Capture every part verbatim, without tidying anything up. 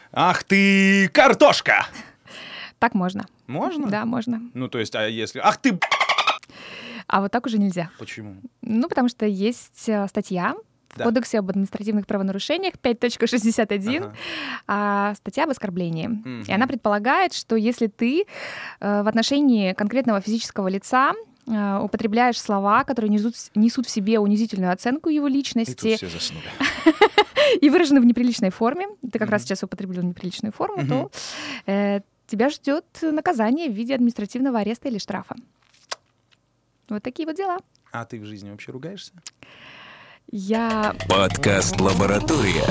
Ах ты, картошка! Так можно. Можно? Да, можно. Ну, то есть, а если... Ах ты... А вот так уже нельзя. Почему? Ну, потому что есть э, статья в Да. Кодексе об административных правонарушениях пять точка шестьдесят один, Ага. а, статья об оскорблении. Мгм. И она предполагает, что если ты э, в отношении конкретного физического лица э, употребляешь слова, которые несут, несут в себе унизительную оценку его И тут личности все заснули. и выражены в неприличной форме, ты как Мгм. раз сейчас употребил неприличную форму, Мгм. то э, тебя ждет наказание в виде административного ареста или штрафа. Вот такие вот дела. А ты в жизни вообще ругаешься? Я... Подкаст «Лаборатория».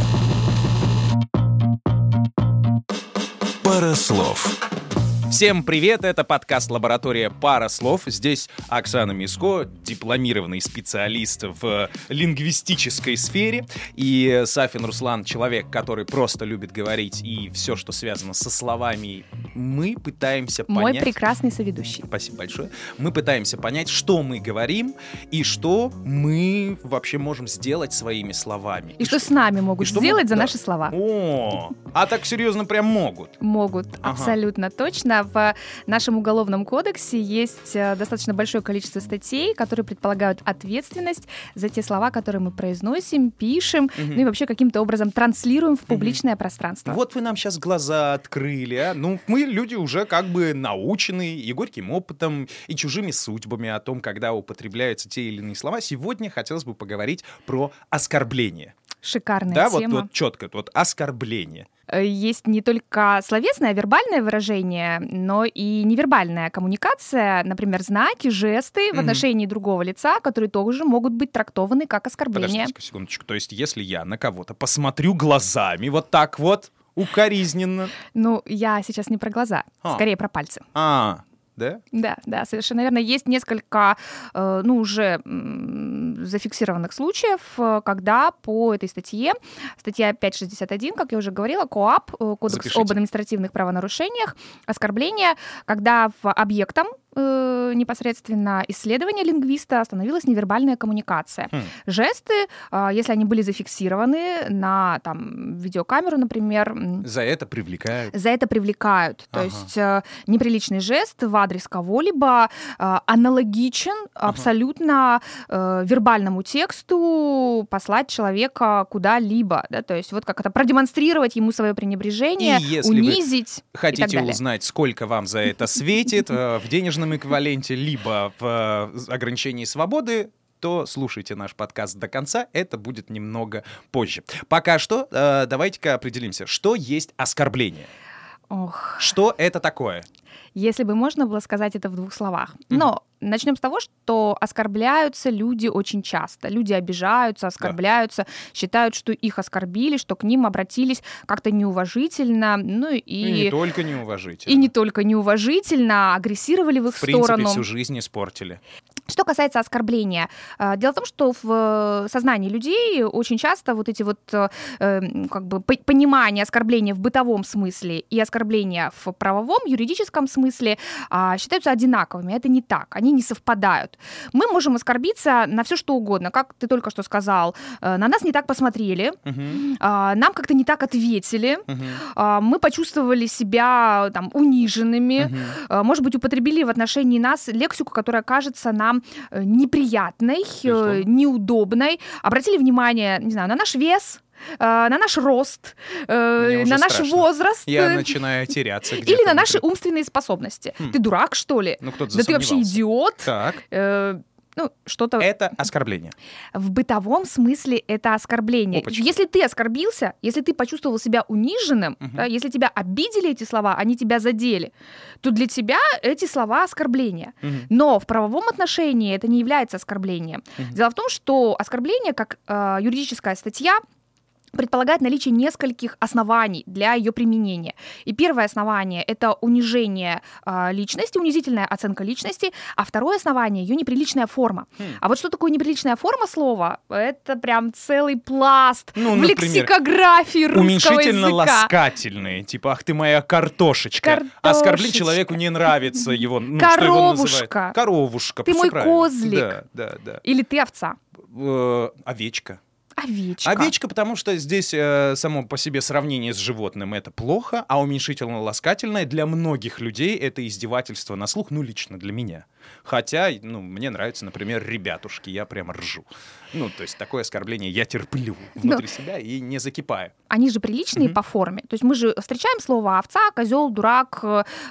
Пара слов. Всем привет, это подкаст «Лаборатория. Пара слов». Здесь Оксана Миско, дипломированный специалист в лингвистической сфере, и Сафин Руслан, человек, который просто любит говорить, и все, что связано со словами, мы пытаемся Мой понять... прекрасный соведущий. Спасибо большое. Мы пытаемся понять, что мы говорим, и что мы вообще можем сделать своими словами. И что с нами могут и что сделать могут- за да. наши слова? О, а так серьезно прям могут. Могут, Ага. абсолютно точно. В нашем уголовном кодексе есть э, достаточно большое количество статей, которые предполагают ответственность за те слова, которые мы произносим, пишем, Мгм. ну и вообще каким-то образом транслируем в публичное пространство. Вот вы нам сейчас глаза открыли, а? Ну, мы люди уже как бы научены и горьким опытом, и чужими судьбами о том, когда употребляются те или иные слова. Сегодня хотелось бы поговорить про оскорбление. Шикарная Да, вот, тема. вот четко, вот оскорбление. Э, Есть не только словесное, вербальное выражение, но и невербальная коммуникация, например, знаки, жесты в Мгм. отношении другого лица, которые тоже могут быть трактованы как оскорбление. Подождите секундочку. То есть, если я на кого-то посмотрю глазами вот так вот, укоризненно. Ну, я сейчас не про глаза, А. скорее про пальцы. А, да? Да, да, совершенно верно. Есть несколько, э, ну, уже м, зафиксированных случаев, э, когда по этой статье, статья пять шестьдесят один, как я уже говорила, КоАП, э, Кодекс Запишите. об административных правонарушениях, оскорбление, когда в объектом э, непосредственно исследования лингвиста становилась невербальная коммуникация. Хм. Жесты, э, если они были зафиксированы на там, видеокамеру, например, м, За это привлекают. за это привлекают. То Ага. есть э, неприличный жест в адрес кого-либо э, аналогичен абсолютно э, вербальному тексту послать человека куда-либо. Да? То есть вот как это продемонстрировать ему свое пренебрежение, И если вы унизить и так Хотите далее. узнать, сколько вам за это светит э, в денежном эквиваленте, либо в э, ограничении свободы, то слушайте наш подкаст до конца, это будет немного позже. Пока что э, давайте-ка определимся, что есть оскорбление. Ох, Что это такое? если бы можно было сказать это в двух словах. Но начнем с того, что оскорбляются люди очень часто. Люди обижаются, оскорбляются, считают, что их оскорбили, что к ним обратились как-то неуважительно. Ну и, И не только неуважительно. и не только неуважительно, агрессировали в их В принципе, сторону. всю жизнь испортили. Что касается оскорбления, э, дело в том, что в э, сознании людей очень часто вот эти вот э, м, как бы по- понимание оскорбления в бытовом смысле и оскорбления в правовом, юридическом смысле а, считаются одинаковыми. Это не так, они не совпадают. Мы можем оскорбиться на все что угодно, как ты только что сказал. Э, На нас не так посмотрели, Мгм, а, нам как-то не так ответили, мгм, а, мы почувствовали себя там униженными, мгм. э, может быть, употребили в отношении нас лексику, которая кажется нам э, неприятной, э, Безусловно. неудобной. Обратили внимание, не знаю, на наш вес, э, на наш рост, э, Мне уже на наш страшно. возраст. Я э, начинаю теряться где-то Или на внутри. наши умственные способности. Хм. Ты дурак, что ли? Ну, кто-то Да ты вообще засомневался. идиот. Так, Э, ну, что-то это оскорбление. в бытовом смысле это оскорбление. Опачки. Если ты оскорбился, если ты почувствовал себя униженным, Мгм. да, если тебя обидели эти слова, они тебя задели, то для тебя эти слова оскорбления. Мгм. Но в правовом отношении это не является оскорблением. Мгм. Дело в том, что оскорбление, как э, юридическая статья, предполагает наличие нескольких оснований для ее применения. И первое основание — это унижение э, личности, унизительная оценка личности, а второе основание — ее неприличная форма. Хм. А вот что такое неприличная форма слова? Это прям целый пласт Ну, в например, лексикографии русского языка. Уменьшительно-ласкательные, типа, ах ты моя картошечка. Картошечка. Оскорблить человеку не нравится его, ну, что его называют. Коровушка. Коровушка. Ты всё мой правильно. козлик. Да, да, да. Или ты овца. Э, овечка. Овечка. Овечка, потому что здесь э, само по себе сравнение с животным — это плохо, а уменьшительно-ласкательное для многих людей — это издевательство на слух, ну, лично для меня. Хотя, ну, мне нравится, например, ребятушки, я прямо ржу. Ну, то есть такое оскорбление я терплю внутри Но... себя и не закипаю. Они же приличные mm-hmm. по форме. То есть мы же встречаем слово овца, козел, дурак,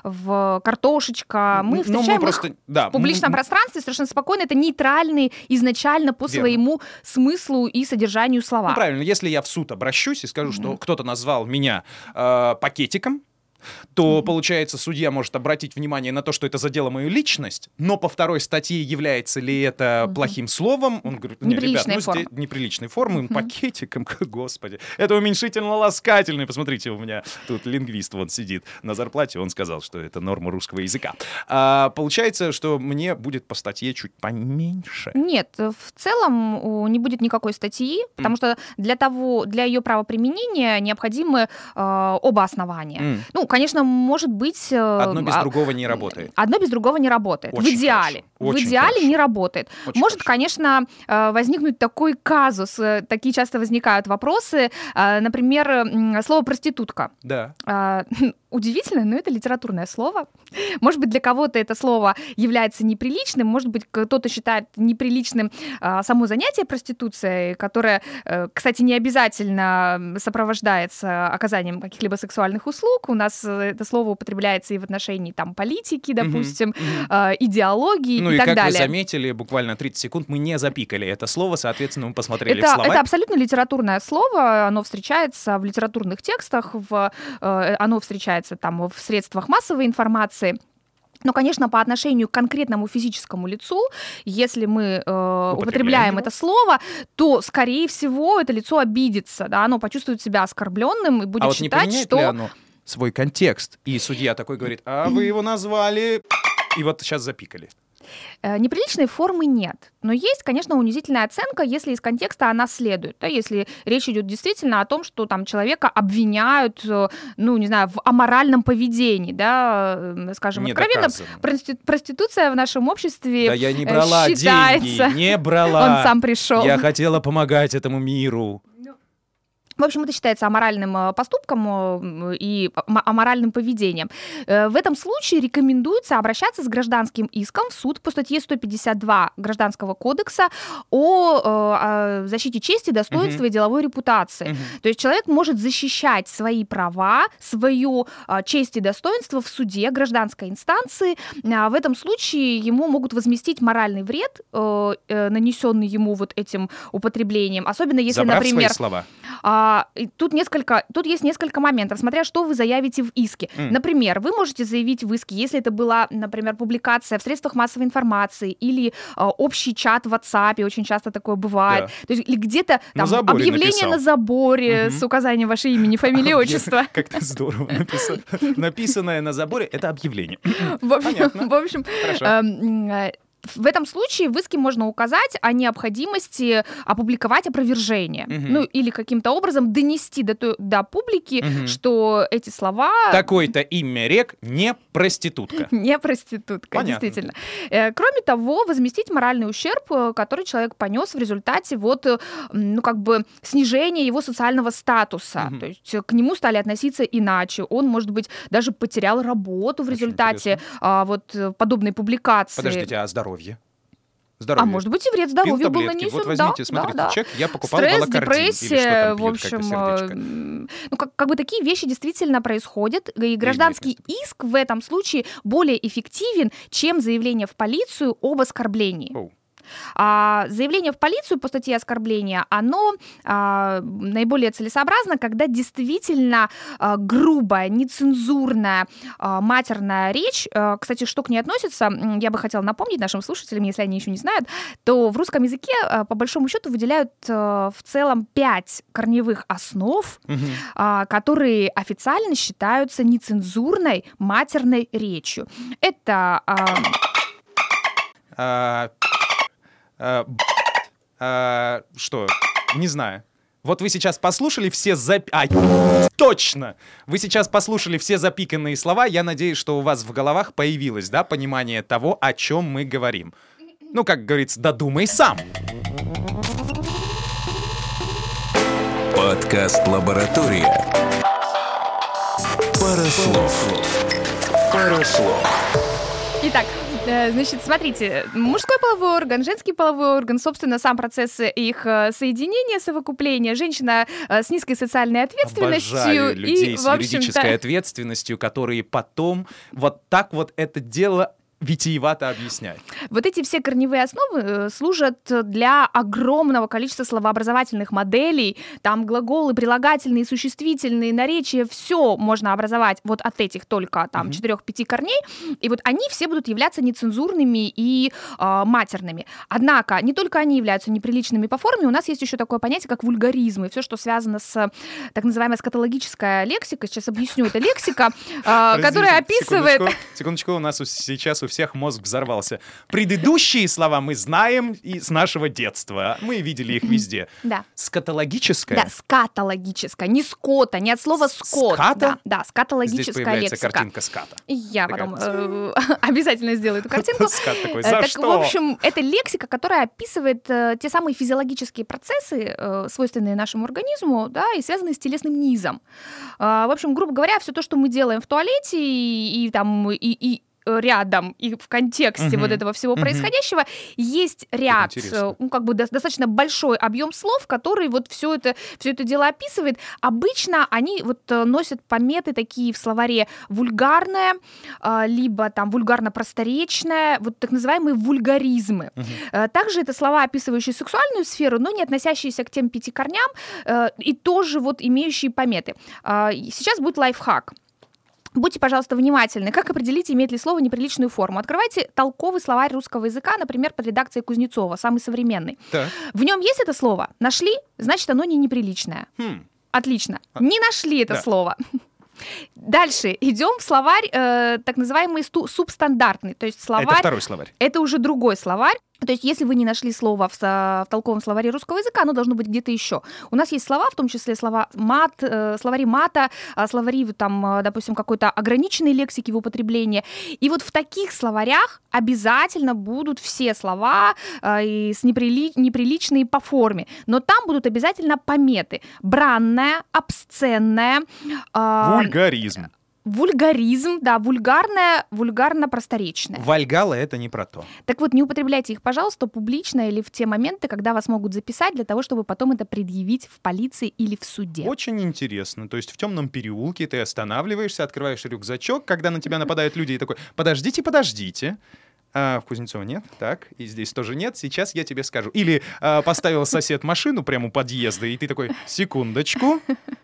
в картошечка. Мы встречаем ну, мы просто... их да. в публичном mm-hmm. пространстве совершенно спокойно. Это нейтральные изначально по Верно. Своему смыслу и содержанию слова. Ну, правильно. Если я в суд обращусь и скажу, mm-hmm. что кто-то назвал меня э, пакетиком, то, mm-hmm. получается, судья может обратить внимание на то, что это задело мою личность, но по второй статье является ли это mm-hmm. плохим словом, он говорит, нет, ребят, ну здесь неприличной формы, mm-hmm. пакетиком, господи, это уменьшительно-ласкательный, посмотрите, у меня тут лингвист вон сидит на зарплате, он сказал, что это норма русского языка. А, получается, что мне будет по статье чуть поменьше? Нет, в целом не будет никакой статьи, mm. потому что для того, для ее правоприменения необходимы э, оба основания. Mm. Ну, конечно, может быть... Одно без другого не работает. Одно без другого не работает. Очень в идеале. В идеале хорошо. Не работает. Очень может, хорошо. Конечно, возникнуть такой казус. Такие часто возникают вопросы. Например, слово «проститутка». Да. Удивительно, но это литературное слово. Может быть, для кого-то это слово является неприличным, может быть, кто-то считает неприличным а, само занятие проституцией, которое, а, кстати, не обязательно сопровождается оказанием каких-либо сексуальных услуг. У нас это слово употребляется и в отношении там, политики, допустим, mm-hmm. а, идеологии ну и, и так как далее. Вы заметили, буквально тридцать секунд мы не запикали это слово, соответственно, мы посмотрели это, в словарь. Это абсолютно литературное слово, оно встречается в литературных текстах, в, оно встречается там, в средствах массовой информации. Но, конечно, по отношению к конкретному физическому лицу, если мы э, употребляем это слово, то, скорее всего, это лицо обидится, да, оно почувствует себя оскорбленным и будет а вот считать, не что... ли оно свой контекст? И судья такой говорит, а вы его назвали... И вот сейчас запикали. Неприличной формы нет, но есть, конечно, унизительная оценка, если из контекста она следует, да, если речь идет действительно о том, что там человека обвиняют, ну, не знаю, в аморальном поведении, да, скажем, не откровенно, прости- проституция в нашем обществе да я не брала считается... деньги, не брала. Он сам пришел. Я хотела помогать этому миру. В общем, это считается аморальным поступком и аморальным поведением. В этом случае рекомендуется обращаться с гражданским иском в суд по статье сто пятьдесят два Гражданского кодекса о, о защите чести, достоинства uh-huh. и деловой репутации. Uh-huh. То есть человек может защищать свои права, свою честь и достоинство в суде гражданской инстанции. В этом случае ему могут возместить моральный вред, нанесенный ему вот этим употреблением. Особенно если, Забрав например... свои слова. Тут, несколько, тут есть несколько моментов, смотря что вы заявите в иске. Mm. Например, вы можете заявить в иске, если это была, например, публикация в средствах массовой информации или э, общий чат в WhatsApp, очень часто такое бывает. Yeah. То есть, или где-то там, на объявление написал. На заборе mm-hmm. с указанием вашей имени, фамилии, отчества. Как ты здорово написал. Написанное на заборе — это объявление. В общем, в этом случае в иске можно указать о необходимости опубликовать опровержение. Uh-huh. Ну, или каким-то образом донести до, до публики, uh-huh. что эти слова... Такое-то имя рек не проститутка. Не проститутка, понятно. Действительно. Кроме того, возместить моральный ущерб, который человек понес в результате вот, ну, как бы снижения его социального статуса. Uh-huh. То есть к нему стали относиться иначе. Он, может быть, даже потерял работу в результате а, вот, подобной публикации. Подождите, а здоровье? Здоровье. А может быть и вред здоровью был нанесен. Вот возьмите, да, смотрите, да, чек, я покупал стресс, волокордин. депрессия, пьют, в общем, ну как, как бы такие вещи действительно происходят, и гражданский иск в этом случае более эффективен, чем заявление в полицию об оскорблении. Оу. А заявление в полицию по статье оскорбления, оно а, наиболее целесообразно, когда действительно а, грубая, нецензурная, а, матерная речь, а, кстати, что к ней относится, я бы хотела напомнить нашим слушателям, если они еще не знают, то в русском языке а, по большому счету выделяют а, в целом пять корневых основ, угу. а, которые официально считаются нецензурной матерной речью. Это... А... А... А, а, что? Не знаю. Вот вы сейчас послушали все запи... А, точно! Вы сейчас послушали все запиканные слова. Я надеюсь, что у вас в головах появилось, да, понимание того, о чем мы говорим. Ну, как говорится, додумай сам. Подкаст «Лаборатория». Пара слов. Пара слов. Итак, э, значит, смотрите, мужской половой орган, женский половой орган, собственно, сам процесс их э, соединения, совокупления, женщина э, с низкой социальной ответственностью. Обожаю людей и, с в общем-то, юридической ответственностью, которые потом вот так вот это дело витиевато объясняют. Вот эти все корневые основы э, служат для огромного количества словообразовательных моделей. Там глаголы, прилагательные, существительные, наречия, все можно образовать вот от этих только там четырех-пяти корней. И вот они все будут являться нецензурными и э, матерными. Однако не только они являются неприличными по форме, у нас есть еще такое понятие, как вульгаризмы. Все, что связано с так называемой скатологической лексикой. Сейчас объясню. Это лексика, э, которая описывает... Секундочку, секундочку, у нас сейчас у всех мозг взорвался. Предыдущие слова мы знаем и с нашего детства. Мы видели их везде. Да. Скатологическая? Да, скатологическая. Не скота, не от слова скот. Ската? Да, да, скатологическая Здесь появляется лексика. картинка ската. И я Такая потом э, обязательно сделаю эту картинку. Скат такой, Э, за так, что? в общем, это лексика, которая описывает э, те самые физиологические процессы, э, свойственные нашему организму, да, и связанные с телесным низом. Э, в общем, грубо говоря, все то, что мы делаем в туалете и, и там и, и рядом и в контексте Мгм. вот этого всего Мгм. происходящего есть ряд, интересно. э, ну, как бы до- достаточно большой объем слов, который вот все это, все это дело описывает. Обычно они вот э, носят пометы такие в словаре вульгарное, э, либо там вульгарно-просторечное, вот так называемые вульгаризмы. Мгм. Э, Также это слова, описывающие сексуальную сферу, но не относящиеся к тем пяти корням э, и тоже вот имеющие пометы. Э, Сейчас будет лайфхак. Будьте, пожалуйста, внимательны. Как определить, имеет ли слово неприличную форму? Открывайте толковый словарь русского языка, например, под редакцией Кузнецова, самый современный. Так. В нем есть это слово? Нашли? Значит, оно не неприличное. Хм. Отлично. Не нашли это Да. слово. Дальше идем в словарь, э, так называемый сту- субстандартный, то есть словарь... Это второй словарь. Это уже другой словарь. То есть, если вы не нашли слово в, со- в толковом словаре русского языка, оно должно быть где-то еще. У нас есть слова, в том числе слова мат, э, словари мата, э, словари, там, э, допустим, какой-то ограниченной лексики в употреблении. И вот в таких словарях обязательно будут все слова э, и с неприли- неприличные по форме. Но там будут обязательно пометы. Бранная, обсценная, э, Вульгаризм. вульгаризм, да, вульгарная, вульгарно-просторечная. Вальгала — это не про то. Так вот, не употребляйте их, пожалуйста, публично или в те моменты, когда вас могут записать, для того, чтобы потом это предъявить в полиции или в суде. Очень интересно. То есть в темном переулке ты останавливаешься, открываешь рюкзачок, когда на тебя нападают люди, и такой: подождите, подождите. А, в Кузнецова нет, так, и здесь тоже нет, сейчас я тебе скажу. Или а, поставил сосед машину прямо у подъезда, и ты такой: секундочку.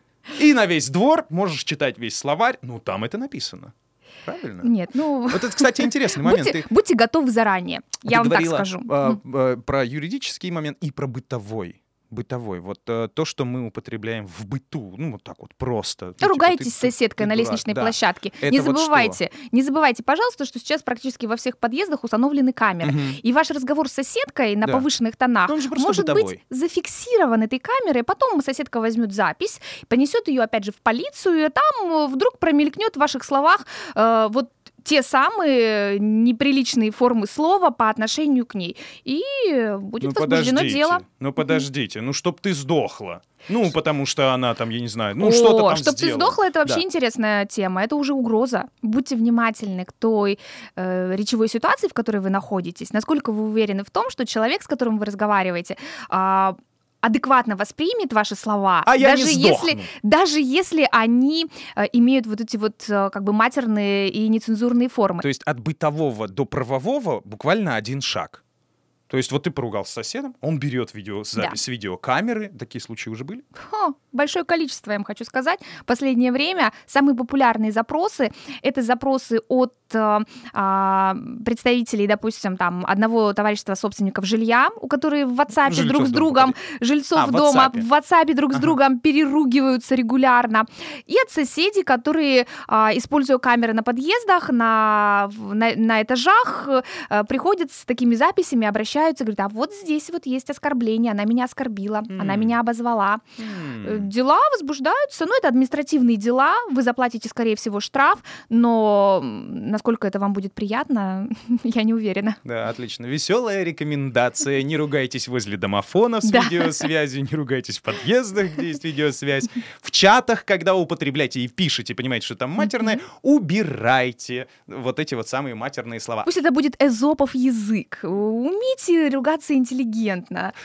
И на весь двор можешь читать весь словарь. Ну, там это написано. Правильно? Нет, ну... Вот это, кстати, интересный момент. Будьте, Ты- будьте готовы заранее, я Ты вам так говорила, скажу. а, а, про юридический момент и про бытовой. Бытовой. Вот а, то, что мы употребляем в быту, ну, вот так вот просто. Ну, типа, Ругайтесь ты- с соседкой ты на дурак. лестничной Да. площадке. Это Не вот забывайте, не забывайте, пожалуйста, что сейчас практически во всех подъездах установлены камеры. Мгм. И ваш разговор с соседкой на Да. повышенных тонах Ну, он же просто может бытовой. быть зафиксирован этой камерой, потом соседка возьмет запись, понесет ее опять же в полицию, и там э, вдруг промелькнет в ваших словах э, вот те самые неприличные формы слова по отношению к ней. И будет Ну, возбуждено подождите, дело. ну подождите, ну чтоб ты сдохла. Ну, потому что она там, я не знаю, ну О, что-то там чтоб ты сделала. сдохла, это вообще Да. интересная тема. Это уже угроза. Будьте внимательны к той э, речевой ситуации, в которой вы находитесь. Насколько вы уверены в том, что человек, с которым вы разговариваете, а, адекватно воспримет ваши слова, А я даже не если, сдохну. даже если они э, имеют вот эти вот э, как бы матерные и нецензурные формы. То есть от бытового до правового буквально один шаг. То есть вот ты поругался с соседом, он берет видео, запись с видеокамеры. Такие случаи уже были? Хо, большое количество, я вам хочу сказать. В последнее время самые популярные запросы — это запросы от э, а, представителей, допустим, там, одного товарищества собственников жилья, у которых в WhatsApp Жильцов друг с дома, другом, погоди. жильцов А, в дома, WhatsApp. в WhatsApp друг с Ага. другом переругиваются регулярно. И от соседей, которые, а, используя камеры на подъездах, на, в- на, на этажах, э, приходят с такими записями, обращаются возмущаются, говорят, а вот здесь вот есть оскорбление, она меня оскорбила, mm. она меня обозвала. Mm. Дела возбуждаются, ну, это административные дела, вы заплатите, скорее всего, штраф, но насколько это вам будет приятно, я не уверена. Да, отлично. Веселая рекомендация. Не ругайтесь возле домофонов с да. видеосвязью, не ругайтесь в подъездах, где есть видеосвязь. В чатах, когда употребляете и пишете, понимаете, что там матерное, mm-hmm. убирайте вот эти вот самые матерные слова. Пусть это будет эзопов язык. Умейте ругаться интеллигентно.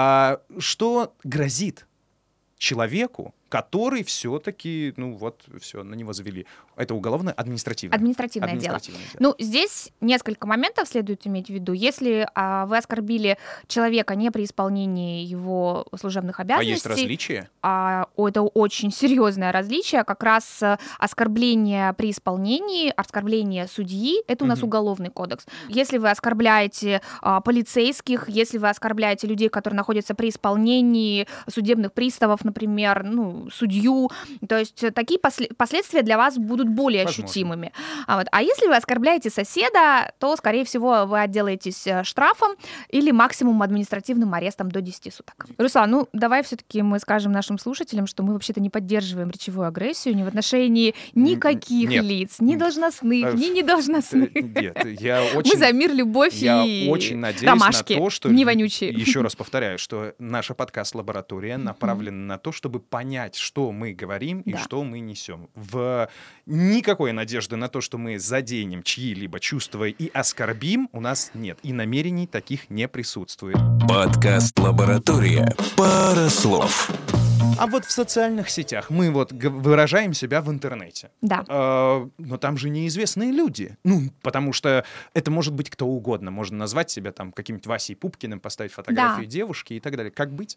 А что грозит человеку, который все-таки, ну вот, все, на него завели. Это уголовное, административное? Административное, административное дело. дело. Ну, здесь несколько моментов следует иметь в виду. Если а, вы оскорбили человека не при исполнении его служебных обязанностей... А есть различия? А, это очень серьезное различие. Как раз оскорбление при исполнении, оскорбление судьи, это у нас угу. уголовный кодекс. Если вы оскорбляете а, полицейских, если вы оскорбляете людей, которые находятся при исполнении судебных приставов, например, ну, судью, то есть такие после- последствия для вас будут более Возможно. ощутимыми. А, вот. а если вы оскорбляете соседа, то, скорее всего, вы отделаетесь штрафом или максимум административным арестом до десяти суток. Руслан, ну давай все-таки мы скажем нашим слушателям, что мы вообще-то не поддерживаем речевую агрессию ни в отношении никаких Нет. лиц, ни должностных, ни недолжностных. Нет, я очень... Мы за мир, любовь я и очень надеюсь ромашки, на то, что... не вонючие. Еще раз повторяю, что наша подкаст-лаборатория направлена на то, чтобы понять, что мы говорим и да. что мы несем. В никакой надежды на то, что мы заденем чьи-либо чувства и оскорбим, у нас нет. И намерений таких не присутствует. Подкаст-лаборатория. Пара слов. А вот в социальных сетях мы вот выражаем себя в интернете. Да. Э, но там же неизвестные люди. Ну, потому что это может быть кто угодно. Можно назвать себя там каким-нибудь Васей Пупкиным, поставить фотографию да. девушки и так далее. Как быть?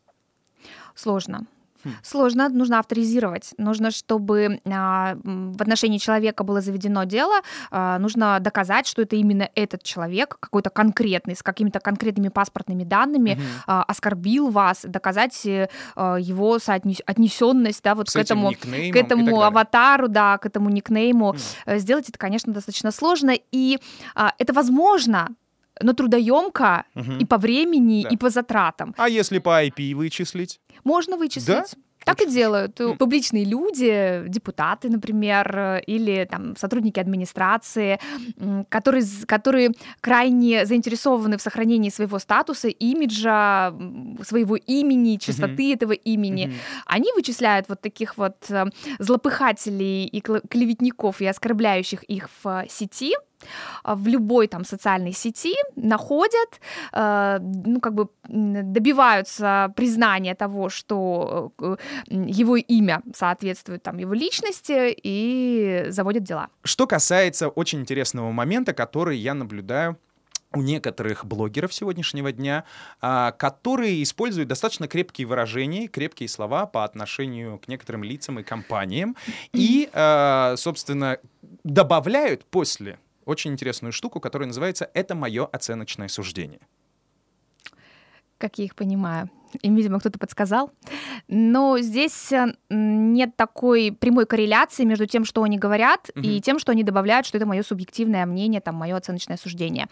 Сложно. Сложно, нужно авторизировать. Нужно, чтобы а, в отношении человека было заведено дело, а, нужно доказать, что это именно этот человек, какой-то конкретный, с какими-то конкретными паспортными данными, угу. а, оскорбил вас, доказать а, его соотнесенность, да, вот к этому, к этому аватару, да, к этому никнейму. Угу. Сделать это, конечно, достаточно сложно, и а, это возможно, но трудоемко угу. и по времени, да. и по затратам. А если по ай пи вычислить? Можно вычислить. Да? Так и делают. Mm. Публичные люди, депутаты, например, или там, сотрудники администрации, которые, которые крайне заинтересованы в сохранении своего статуса, имиджа, своего имени, чистоты mm-hmm. этого имени. Mm-hmm. Они вычисляют вот таких вот злопыхателей и клеветников и оскорбляющих их в сети, в любой там социальной сети, находят, э, ну, как бы добиваются признания того, что э, его имя соответствует там его личности, и заводят дела. Что касается очень интересного момента, который я наблюдаю у некоторых блогеров сегодняшнего дня, которые используют достаточно крепкие выражения, крепкие слова по отношению к некоторым лицам и компаниям, и, собственно, добавляют после очень интересную штуку, которая называется «Это мое оценочное суждение». Как я их понимаю. Им, видимо, кто-то подсказал. Но здесь нет такой прямой корреляции между тем, что они говорят, угу. и тем, что они добавляют, что это мое субъективное мнение, там, мое оценочное суждение.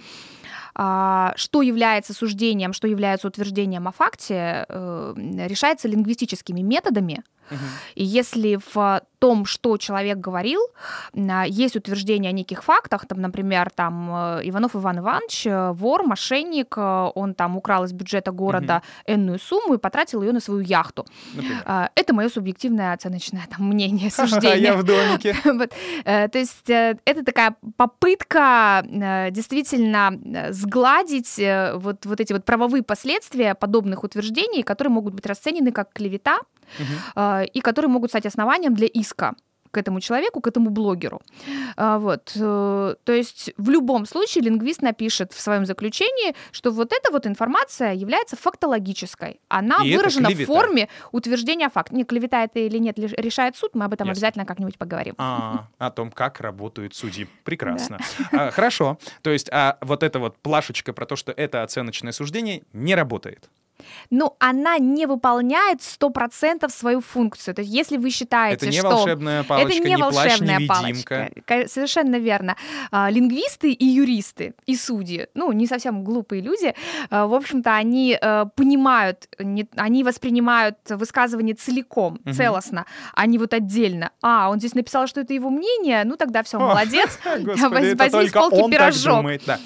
Что является суждением, что является утверждением о факте, решается лингвистическими методами. Uh-huh. И если в том, что человек говорил, есть утверждение о неких фактах, там, например, там, Иванов Иван Иванович, вор, мошенник, он там украл из бюджета города uh-huh. энную сумму и потратил ее на свою яхту. Например. Это мое субъективное оценочное там, мнение, суждение. Я в домике. Вот. То есть это такая попытка действительно сгладить вот, вот эти вот правовые последствия подобных утверждений, которые могут быть расценены как клевета, Uh-huh. и которые могут стать основанием для иска к этому человеку, к этому блогеру. Вот. То есть в любом случае лингвист напишет в своем заключении, что вот эта вот информация является фактологической. Она и выражена в форме утверждения факта. Не, клевета это или нет, решает суд, мы об этом Ясно. Обязательно как-нибудь поговорим. А, о том, как работают судьи. Прекрасно. Да. А, хорошо. То есть а вот эта вот плашечка про то, что это оценочное суждение, не работает. Ну, она не выполняет сто процентов свою функцию. То есть, если вы считаете, это не что... волшебная палочка, это не, не волшебная плащ-невидимка. палочка. Совершенно верно. Лингвисты и юристы, и судьи, ну, не совсем глупые люди, в общем-то, они понимают, они воспринимают высказывание целиком, угу. целостно, а не вот отдельно. А, он здесь написал, что это его мнение, ну, тогда все, молодец. Возьми с полки пирожок.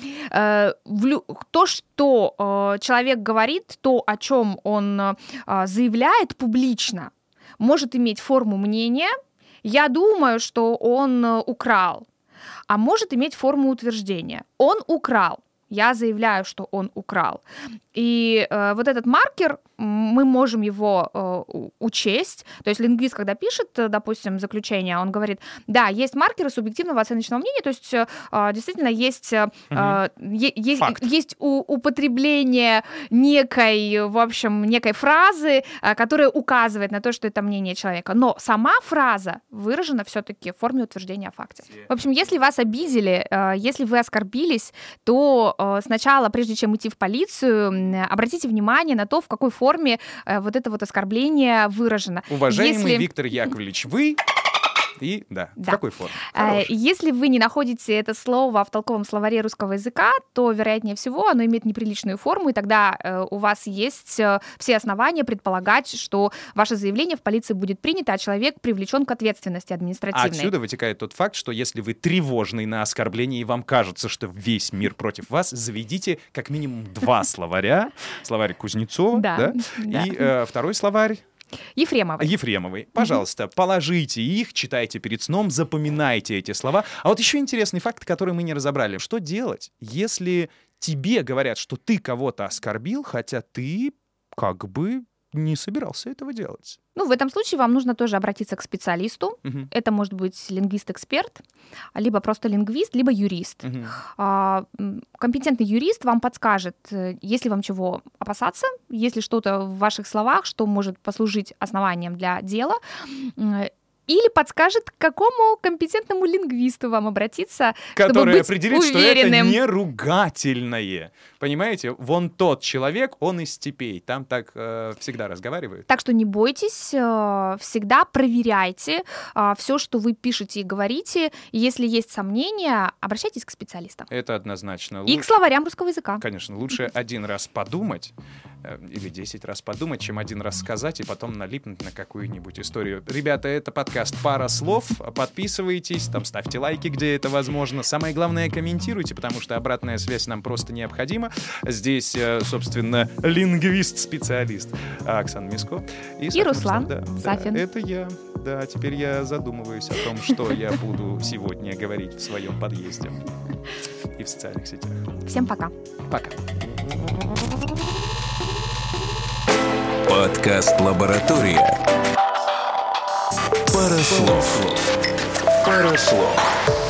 То, что человек говорит, то, о чем он а, заявляет публично, может иметь форму мнения. Я думаю, что он украл, а может иметь форму утверждения. Он украл. Я заявляю, что он украл. И э, вот этот маркер, мы можем его э, учесть. То есть лингвист, когда пишет, допустим, заключение, он говорит, да, есть маркеры субъективного оценочного мнения, то есть э, действительно есть, э, угу. е- есть, есть у- употребление некой, в общем, некой фразы, э, которая указывает на то, что это мнение человека. Но сама фраза выражена все-таки в форме утверждения о факте. В общем, если вас обидели, э, если вы оскорбились, то э, сначала, прежде чем идти в полицию, обратите внимание на то, в какой форме э, вот это вот оскорбление выражено. Уважаемый Если... Виктор Яковлевич, вы... И да, да. в какой форме? Хорош. Если вы не находите это слово в толковом словаре русского языка, то, вероятнее всего, оно имеет неприличную форму, и тогда э, у вас есть э, все основания предполагать, что ваше заявление в полиции будет принято, а человек привлечен к ответственности административной. Отсюда вытекает тот факт, что если вы тревожный на оскорбление, и вам кажется, что весь мир против вас, заведите как минимум два словаря. Словарь Кузнецова, да, и э, второй словарь Ефремовой. Ефремовой. Пожалуйста, mm-hmm. положите их, читайте перед сном, запоминайте эти слова. А вот еще интересный факт, который мы не разобрали. Что делать, если тебе говорят, что ты кого-то оскорбил, хотя ты как бы не собирался этого делать? Ну, в этом случае вам нужно тоже обратиться к специалисту. Uh-huh. Это может быть лингвист-эксперт, либо просто лингвист, либо юрист. Uh-huh. А, компетентный юрист вам подскажет, если вам чего опасаться, если что-то в ваших словах, что может послужить основанием для дела, или подскажет, к какому компетентному лингвисту вам обратиться, который чтобы быть определит, уверенным. Что это не ругательное. Понимаете? Вон тот человек, он из степей. Там так э, всегда разговаривают. Так что не бойтесь, э, всегда проверяйте э, все, что вы пишете и говорите. И если есть сомнения, обращайтесь к специалистам. Это однозначно. И к словарям русского языка. Конечно, лучше один раз подумать, э, или десять раз подумать, чем один раз сказать и потом налипнуть на какую-нибудь историю. Ребята, это подкаст «Пара слов». Подписывайтесь, там ставьте лайки, где это возможно. Самое главное, комментируйте, потому что обратная связь нам просто необходима. Здесь, собственно, лингвист-специалист Оксана Миско. И, и Руслан да, Сафин. Да, это я. Да, теперь я задумываюсь о том, что я буду сегодня говорить в своем подъезде и в социальных сетях. Всем пока. Пока. Подкаст «Лаборатория». Пара слов. Пара слов.